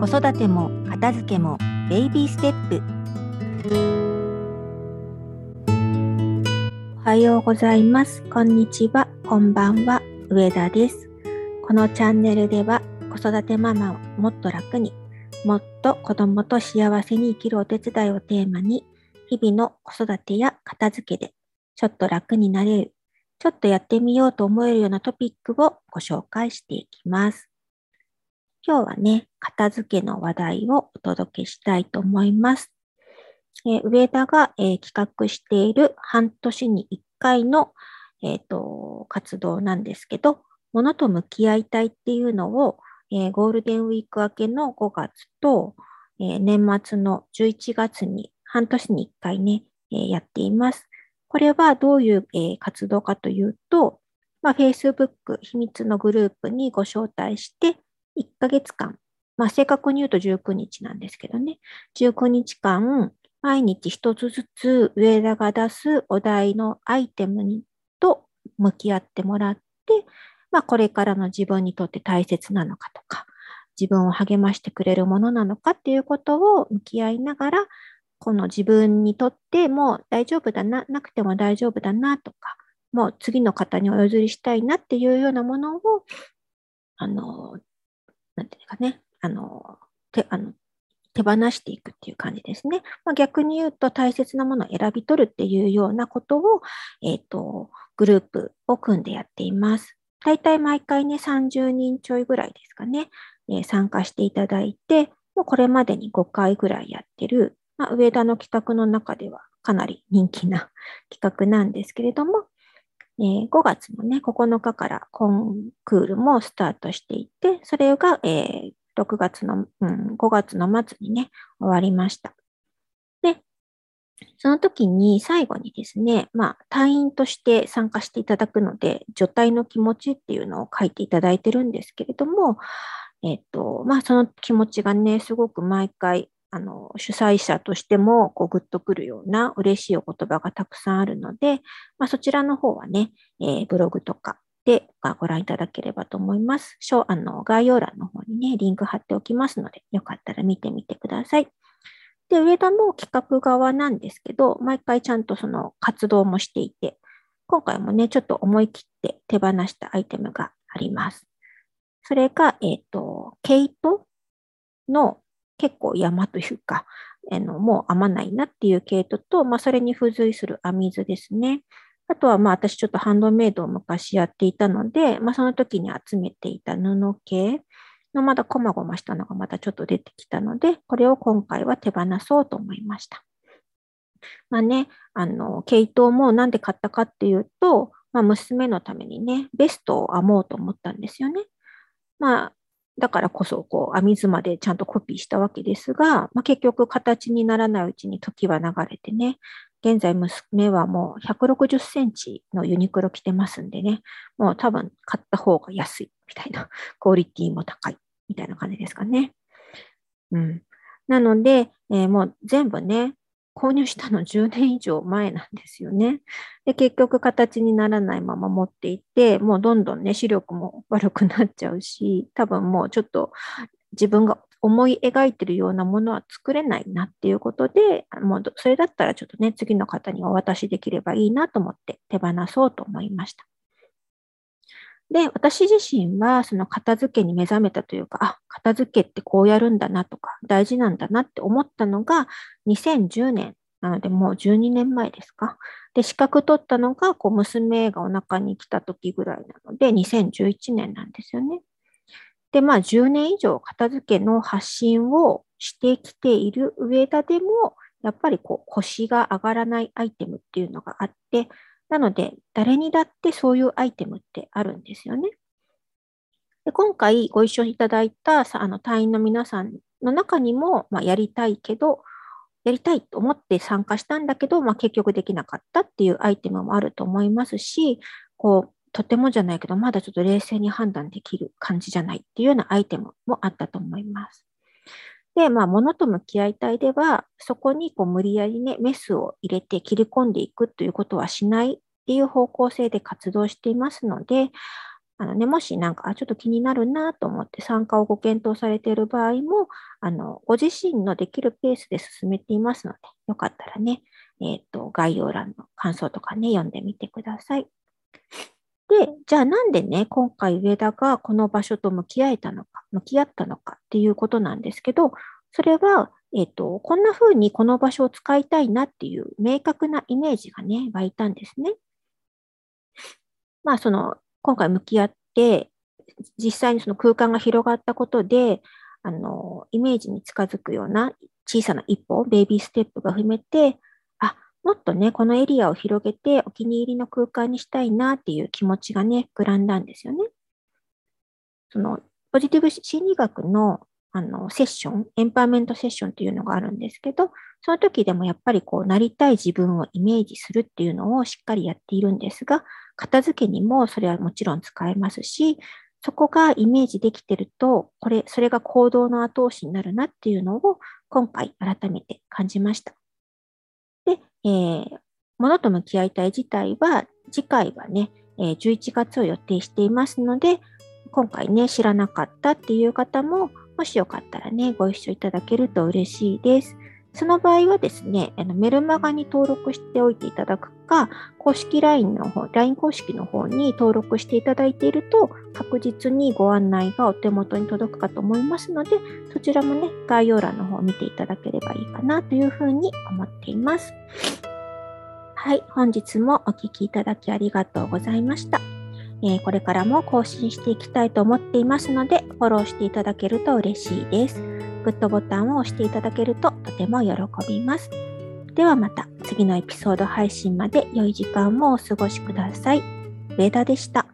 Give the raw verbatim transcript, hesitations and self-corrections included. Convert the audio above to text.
子育ても片付けもベイビーステップ。おはようございます。こんにちは、こんばんは、上田です。このチャンネルでは子育てママをもっと楽に、もっと子供と幸せに生きるお手伝いをテーマに、日々の子育てや片付けでちょっと楽になれる、ちょっとやってみようと思えるようなトピックをご紹介していきます。今日はね、片付けの話題をお届けしたいと思います。えー、上田が、えー、企画している半年にいっかいの、えーと、活動なんですけど、物と向き合いたいっていうのを、えー、ゴールデンウィーク明けのごがつと、えー、年末のじゅういちがつに半年にいっかいね、えー、やっています。これはどういう、えー、活動かというと、まあ、Facebook 秘密のグループにご招待して、いっかげつかん、まあ、正確に言うとじゅうくにちなんですけどね、じゅうくにちかん、毎日一つずつ上田が出すお題のアイテムにと向き合ってもらって、まあ、これからの自分にとって大切なのかとか、自分を励ましてくれるものなのかっていうことを向き合いながら、この自分にとっても大丈夫だな、なくても大丈夫だなとか、もう次の方にお譲りしたいなっていうようなものを、あの、なんていうかね、あの、てあの手放していくっていう感じですね。まあ、逆に言うと大切なものを選び取るっていうようなことを、えっと、グループを組んでやっています。大体毎回ね、さんじゅうにんちょいぐらいですかね、えー参加していただいて、もうこれまでにごかいぐらいやってる、まあ、上田の企画の中ではかなり人気な企画なんですけれども、えーごがつのね、ここのかからコンクールもスタートしていて、それが、えーろくがつの、うん、ごがつの末にね、終わりました。で、その時に最後にですね、まあ、隊員として参加していただくので、除隊の気持ちっていうのを書いていただいてるんですけれども、えっと、まあ、その気持ちがね、すごく毎回、あの、主催者としても、こう、グッとくるような嬉しいお言葉がたくさんあるので、まあ、そちらの方はね、えーブログとかでご覧いただければと思います。あの概要欄の方にね、リンク貼っておきますので、よかったら見てみてください。で、上田の企画側なんですけど、毎回ちゃんとその活動もしていて、今回もね、ちょっと思い切って手放したアイテムがあります。それが、えっと、毛糸の結構山というか、あのもう編まないなっていう毛糸と、まあ、それに付随する編み図ですね。あとは、まあ、私ちょっとハンドメイドを昔やっていたので、まあ、その時に集めていた布系のまだこまごましたのがまたちょっと出てきたので、これを今回は手放そうと思いました。まあね、あの、毛糸もなんで買ったかっていうと、まあ、娘のためにね、ベストを編もうと思ったんですよね。まあ、だからこそ、こう、編み図までちゃんとコピーしたわけですが、まあ、結局形にならないうちに時は流れてね、現在娘はもうひゃくろくじゅっセンチのユニクロ着てますんでね、もう多分買った方が安いみたいな、クオリティも高いみたいな感じですかね。うん。なので、えーもう全部ね、購入したのじゅうねん以上前なんですよね。で、結局形にならないまま持っていて、もうどんどんね、視力も悪くなっちゃうし、多分もうちょっと自分が思い描いてるようなものは作れないなっていうことで、もうそれだったらちょっとね、次の方にお渡しできればいいなと思って手放そうと思いました。で、私自身はその片付けに目覚めたというか、あ、片付けってこうやるんだなとか、大事なんだなって思ったのがにせんじゅうねんなのでもうじゅうにねんまえですか。で、資格取ったのがこう娘がお腹に来た時ぐらいなのでにせんじゅういちねんなんですよね。で、まあじゅうねん以上片付けの発信をしてきている上田でも、やっぱりこう腰が上がらないアイテムっていうのがあって、なので、誰にだってそういうアイテムってあるんですよね。で今回ご一緒いただいたさあの隊員の皆さんの中にも、まあ、やりたいけど、やりたいと思って参加したんだけど、まあ、結局できなかったっていうアイテムもあると思いますし、こう、とてもじゃないけど、まだちょっと冷静に判断できる感じじゃないっていうようなアイテムもあったと思います。で、まあ、物と向き合いたいでは、そこにこう無理やりね、メスを入れて切り込んでいくということはしないっていう方向性で活動していますので、 あのね、もしなんか、あ、ちょっと気になるなと思って参加をご検討されている場合も、あの、ご自身のできるペースで進めていますので、よかったらね、えっと、概要欄の感想とかね、読んでみてください。で、じゃあなんでね、今回上田がこの場所と向き合えたのか、向き合ったのかっていうことなんですけど、それは、えっと、こんな風にこの場所を使いたいなっていう明確なイメージがね、湧いたんですね。まあ、その、今回向き合って、実際にその空間が広がったことで、あの、イメージに近づくような小さな一歩、ベイビーステップが踏めて、あ、もっとね、このエリアを広げてお気に入りの空間にしたいなっていう気持ちがね、膨らんだんですよね。その、ポジティブ心理学の、あの、セッション、エンパワーメントセッションっていうのがあるんですけど、その時でもやっぱりこう、なりたい自分をイメージするっていうのをしっかりやっているんですが、片付けにもそれはもちろん使えますし、そこがイメージできてると、これ、それが行動の後押しになるなっていうのを今回改めて感じました。で、えー、物と向き合いたい自体は、次回はね、えー、じゅういちがつを予定していますので、今回ね、知らなかったっていう方も、もしよかったらね、ご一緒いただけると嬉しいです。その場合はですね、あのメルマガに登録しておいていただくか、公式 ライン の方、ライン 公式の方に登録していただいていると、確実にご案内がお手元に届くかと思いますので、そちらもね、概要欄の方を見ていただければいいかなというふうに思っています。はい、本日もお聞きいただきありがとうございました。えー、これからも更新していきたいと思っていますので、フォローしていただけると嬉しいです。グッドボタンを押していただけるととても喜びます。ではまた次のエピソード配信まで良い時間をお過ごしください。上田でした。